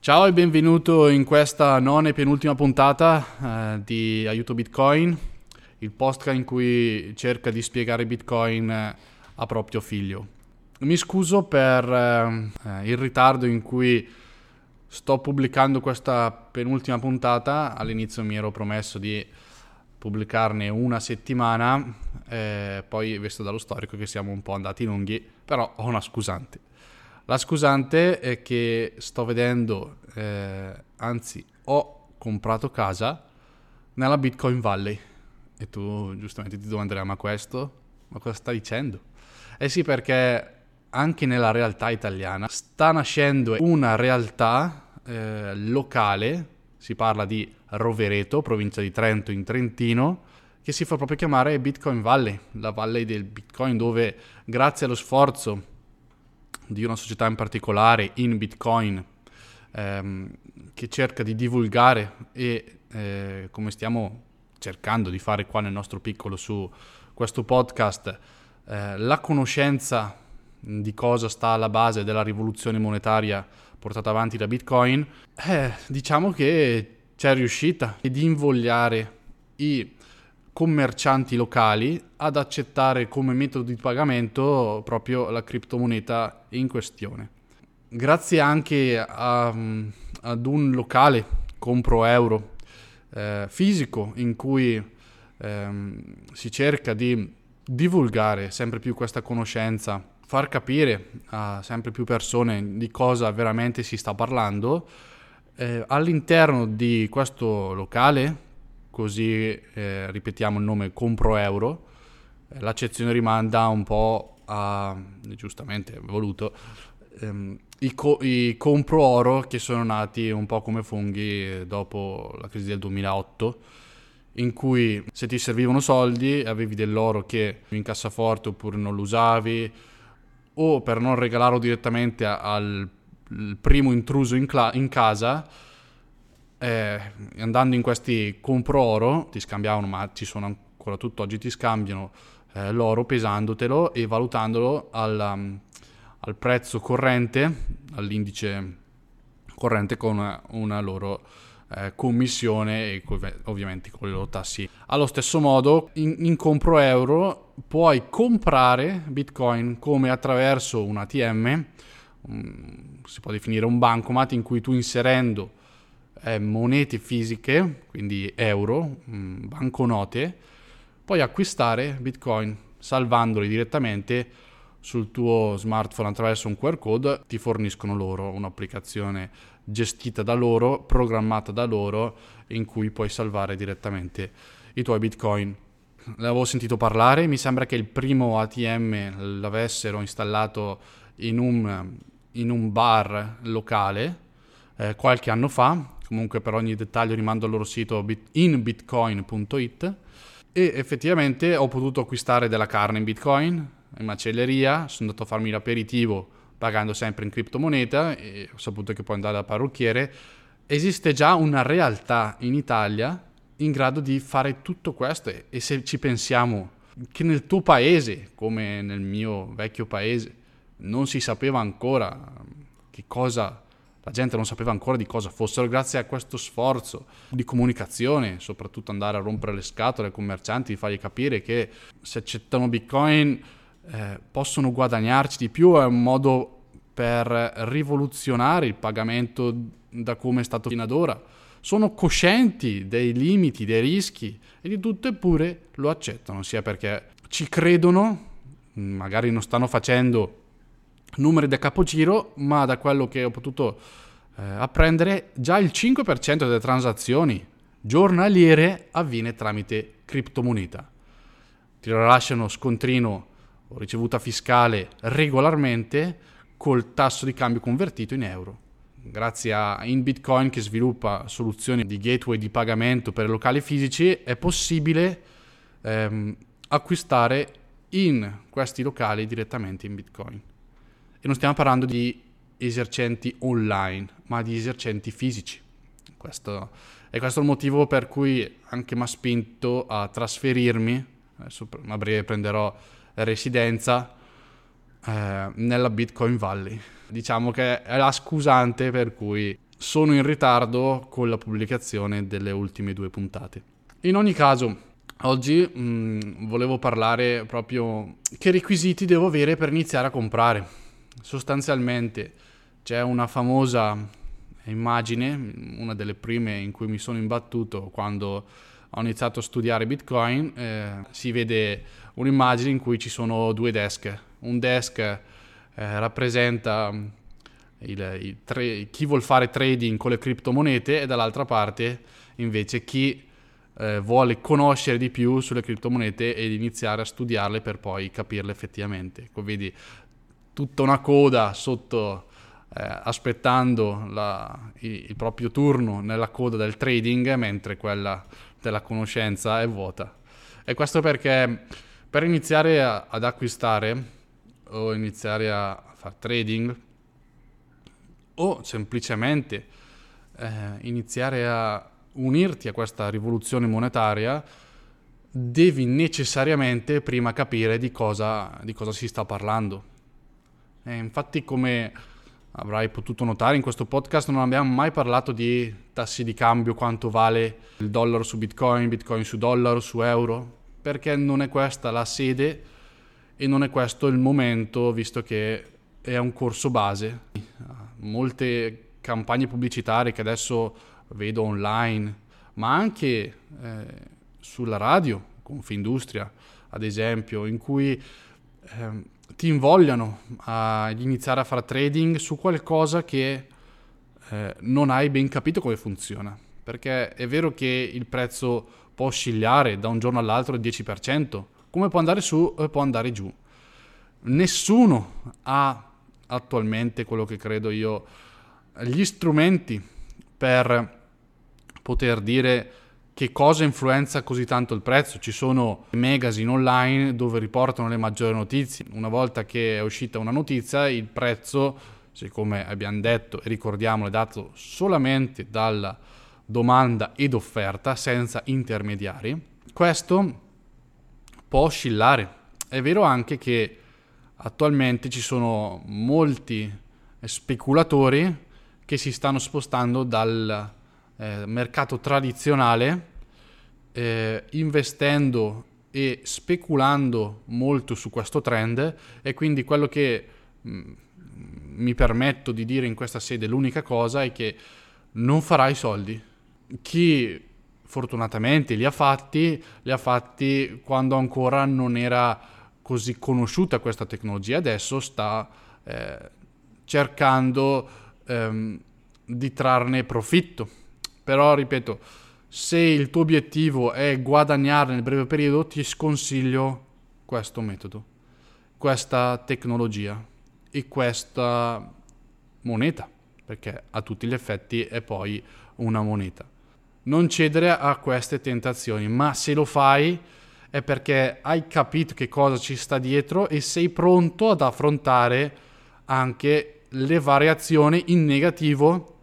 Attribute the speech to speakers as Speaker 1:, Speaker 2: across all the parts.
Speaker 1: Ciao e benvenuto in questa nona e penultima puntata di Aiuto Bitcoin, il podcast in cui cerca di spiegare Bitcoin a proprio figlio. Mi scuso per il ritardo in cui sto pubblicando questa penultima puntata. All'inizio mi ero promesso di pubblicarne una settimana, poi visto dallo storico che siamo un po' andati lunghi, però ho una scusante. La scusante è che sto vedendo, anzi ho comprato casa nella Bitcoin Valley. E tu giustamente ti domanderai, ma questo? Ma cosa stai dicendo? Eh sì, perché anche nella realtà italiana sta nascendo una realtà locale, si parla di Rovereto, provincia di Trento in Trentino, che si fa proprio chiamare Bitcoin Valley, la Valley del Bitcoin, dove grazie allo sforzo di una società in particolare, in Bitcoin, che cerca di divulgare e come stiamo cercando di fare qua nel nostro piccolo su questo podcast, la conoscenza di cosa sta alla base della rivoluzione monetaria portata avanti da Bitcoin, diciamo che c'è riuscita ad invogliare i commercianti locali ad accettare come metodo di pagamento proprio la criptomoneta in questione. Grazie anche ad un locale compro euro fisico in cui si cerca di divulgare sempre più questa conoscenza, far capire a sempre più persone di cosa veramente si sta parlando, all'interno di questo locale, così ripetiamo il nome Compro Euro, l'accezione rimanda un po' a, giustamente voluto, i Compro Oro che sono nati un po' come funghi dopo la crisi del 2008, in cui se ti servivano soldi avevi dell'oro che in cassaforte oppure non lo usavi, o per non regalarlo direttamente al primo intruso in casa, andando in questi compro oro ti scambiavano, ma ci sono ancora tutt'oggi, ti scambiano l'oro pesandotelo e valutandolo al prezzo corrente, all'indice corrente, con una loro commissione e ovviamente con le loro tassi. Allo stesso modo in compro euro puoi comprare Bitcoin come attraverso un ATM, si può definire un bancomat, in cui tu inserendo monete fisiche, quindi euro, banconote, puoi acquistare Bitcoin salvandoli direttamente sul tuo smartphone attraverso un QR code. Ti forniscono loro un'applicazione gestita da loro, programmata da loro, in cui puoi salvare direttamente i tuoi Bitcoin. L'avevo sentito parlare, mi sembra che il primo ATM l'avessero installato in un bar locale qualche anno fa. Comunque per ogni dettaglio rimando al loro sito inbitcoin.it, e effettivamente ho potuto acquistare della carne in Bitcoin in macelleria, sono andato a farmi l'aperitivo pagando sempre in criptomoneta e ho saputo che puoi andare dal parrucchiere. Esiste già una realtà in Italia in grado di fare tutto questo, e se ci pensiamo che nel tuo paese, come nel mio vecchio paese, non si sapeva ancora che cosa, la gente non sapeva ancora di cosa fossero, grazie a questo sforzo di comunicazione, soprattutto andare a rompere le scatole ai commercianti, di fargli capire che se accettano Bitcoin possono guadagnarci di più, è un modo per rivoluzionare il pagamento da come è stato fino ad ora. Sono coscienti dei limiti, dei rischi e di tutto, eppure lo accettano, sia perché ci credono, magari non stanno facendo numeri da capogiro, ma da quello che ho potuto apprendere, già il 5% delle transazioni giornaliere avviene tramite criptomoneta. Ti rilasciano scontrino o ricevuta fiscale regolarmente col tasso di cambio convertito in euro. Grazie a InBitcoin, che sviluppa soluzioni di gateway di pagamento per locali fisici, è possibile acquistare in questi locali direttamente in Bitcoin. E non stiamo parlando di esercenti online, ma di esercenti fisici. Questo è il motivo per cui anche mi ha spinto a trasferirmi. Adesso a breve prenderò residenza nella Bitcoin Valley. Diciamo che è la scusante per cui sono in ritardo con la pubblicazione delle ultime 2 puntate. In ogni caso, oggi volevo parlare proprio che requisiti devo avere per iniziare a comprare. Sostanzialmente c'è una famosa immagine, una delle prime in cui mi sono imbattuto quando ho iniziato a studiare Bitcoin. Si vede un'immagine in cui ci sono 2 desk. Un desk rappresenta chi vuol fare trading con le criptomonete e dall'altra parte invece chi vuole conoscere di più sulle criptomonete ed iniziare a studiarle per poi capirle effettivamente. Ecco, vedi tutta una coda sotto aspettando il proprio turno nella coda del trading, mentre quella della conoscenza è vuota. E questo perché per iniziare ad acquistare o iniziare a fare trading o semplicemente iniziare a unirti a questa rivoluzione monetaria, devi necessariamente prima capire di cosa si sta parlando. Infatti, come avrai potuto notare, in questo podcast non abbiamo mai parlato di tassi di cambio, quanto vale il dollaro su Bitcoin, Bitcoin su dollaro, su euro, perché non è questa la sede e non è questo il momento, visto che è un corso base. Molte campagne pubblicitarie che adesso vedo online, ma anche sulla radio, Confindustria ad esempio, in cui ti invogliano ad iniziare a fare trading su qualcosa che non hai ben capito come funziona, perché è vero che il prezzo può oscillare da un giorno all'altro il 10%, come può andare su e può andare giù. Nessuno ha attualmente, quello che credo io, gli strumenti per poter dire che cosa influenza così tanto il prezzo. Ci sono magazine online dove riportano le maggiori notizie. Una volta che è uscita una notizia, il prezzo, siccome abbiamo detto e ricordiamo, è dato solamente dalla domanda ed offerta, senza intermediari, questo può oscillare. È vero anche che attualmente ci sono molti speculatori che si stanno spostando dal mercato tradizionale, investendo e speculando molto su questo trend, e quindi quello che mi permetto di dire in questa sede, l'unica cosa è che non farai soldi. Chi fortunatamente li ha fatti quando ancora non era così conosciuta questa tecnologia. Adesso sta cercando di trarne profitto. Però ripeto, se il tuo obiettivo è guadagnare nel breve periodo, ti sconsiglio questo metodo, questa tecnologia e questa moneta, perché a tutti gli effetti è poi una moneta. Non cedere a queste tentazioni, ma se lo fai è perché hai capito che cosa ci sta dietro e sei pronto ad affrontare anche le variazioni in negativo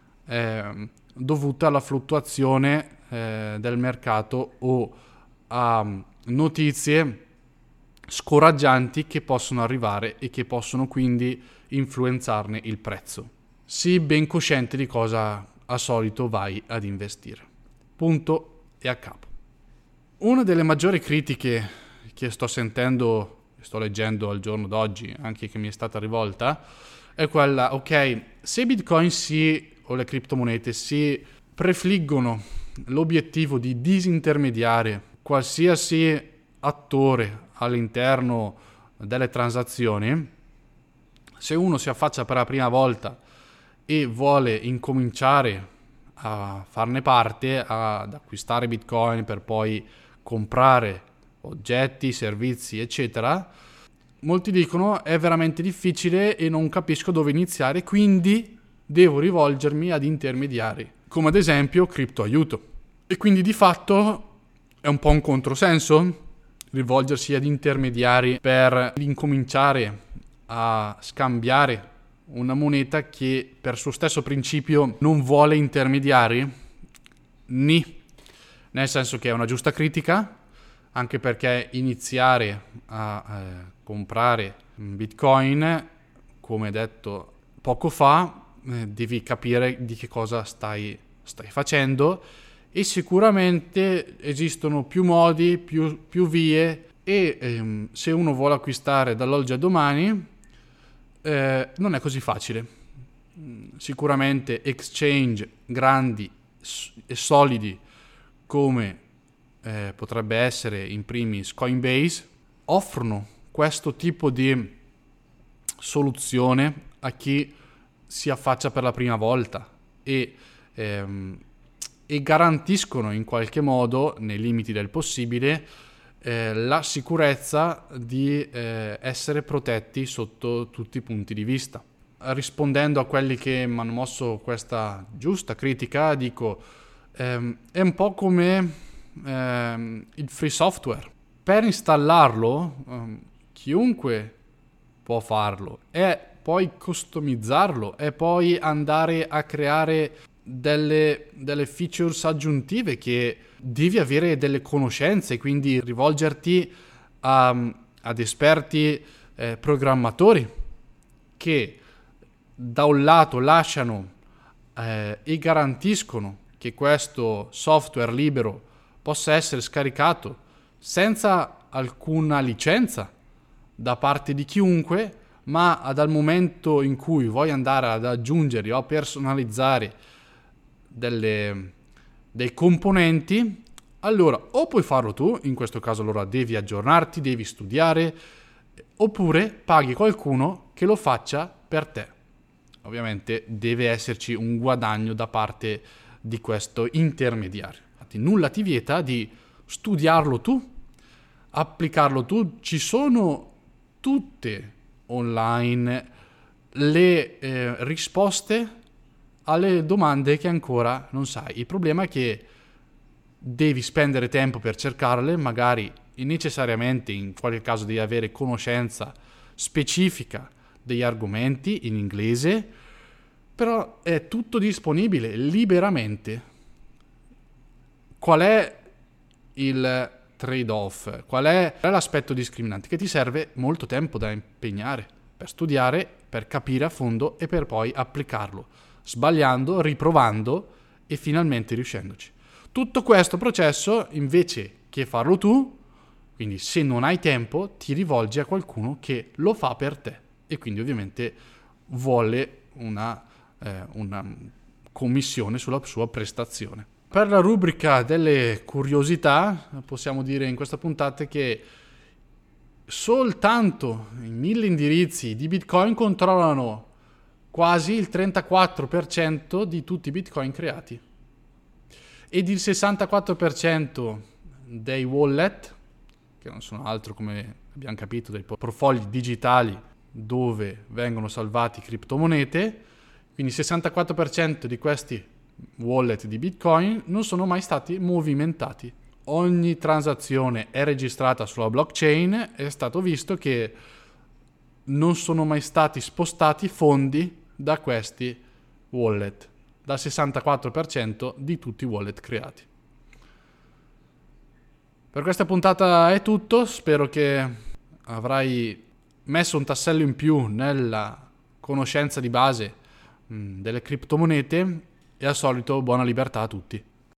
Speaker 1: dovute alla fluttuazione del mercato o a notizie scoraggianti che possono arrivare e che possono quindi influenzarne il prezzo. Sii ben cosciente di cosa a solito vai ad investire. Punto e a capo. Una delle maggiori critiche che sto sentendo, sto leggendo al giorno d'oggi, anche che mi è stata rivolta, è quella: ok, se Bitcoin o le criptomonete si prefliggono l'obiettivo di disintermediare qualsiasi attore all'interno delle transazioni, se uno si affaccia per la prima volta e vuole incominciare a farne parte, ad acquistare Bitcoin per poi comprare oggetti, servizi, eccetera, molti dicono è veramente difficile e non capisco dove iniziare, quindi devo rivolgermi ad intermediari, come ad esempio CryptoAiuto. E quindi di fatto è un po' un controsenso rivolgersi ad intermediari per incominciare a scambiare una moneta che per suo stesso principio non vuole intermediari? Nel senso che è una giusta critica, anche perché iniziare a comprare Bitcoin, come detto poco fa, devi capire di che cosa stai facendo, e sicuramente esistono più modi, più vie, e se uno vuole acquistare dall'oggi al domani non è così facile. Sicuramente exchange grandi e solidi come potrebbe essere in primis Coinbase offrono questo tipo di soluzione a chi si affaccia per la prima volta e garantiscono in qualche modo, nei limiti del possibile, la sicurezza di essere protetti sotto tutti i punti di vista. Rispondendo a quelli che mi hanno mosso questa giusta critica, dico è un po' come il free software. Per installarlo chiunque può farlo, e poi customizzarlo e poi andare a creare delle features aggiuntive che devi avere delle conoscenze, quindi rivolgerti ad esperti programmatori che da un lato lasciano e garantiscono che questo software libero possa essere scaricato senza alcuna licenza da parte di chiunque, ma dal momento in cui vuoi andare ad aggiungere o personalizzare dei componenti, allora o puoi farlo tu, in questo caso allora devi aggiornarti, devi studiare, oppure paghi qualcuno che lo faccia per te. Ovviamente deve esserci un guadagno da parte di questo intermediario. Infatti nulla ti vieta di studiarlo tu, applicarlo tu. Ci sono tutte online le risposte alle domande che ancora non sai. Il problema è che devi spendere tempo per cercarle, magari necessariamente in qualche caso devi avere conoscenza specifica degli argomenti in inglese, però è tutto disponibile liberamente. Qual è il trade-off? Qual è l'aspetto discriminante? Che ti serve molto tempo da impegnare per studiare, per capire a fondo e per poi applicarlo, sbagliando, riprovando e finalmente riuscendoci. Tutto questo processo, invece che farlo tu, quindi se non hai tempo, ti rivolgi a qualcuno che lo fa per te e quindi ovviamente vuole una commissione sulla sua prestazione. Per la rubrica delle curiosità possiamo dire in questa puntata che soltanto i 1000 indirizzi di Bitcoin controllano quasi il 34% di tutti i Bitcoin creati ed il 64% dei wallet, che non sono altro, come abbiamo capito, dei portafogli digitali dove vengono salvati criptomonete, quindi il 64% di questi wallet di Bitcoin non sono mai stati movimentati. Ogni transazione è registrata sulla blockchain e è stato visto che non sono mai stati spostati fondi da questi wallet, dal 64% di tutti i wallet creati. Per questa puntata è tutto, spero che avrai messo un tassello in più nella conoscenza di base delle criptomonete e al solito buona libertà a tutti.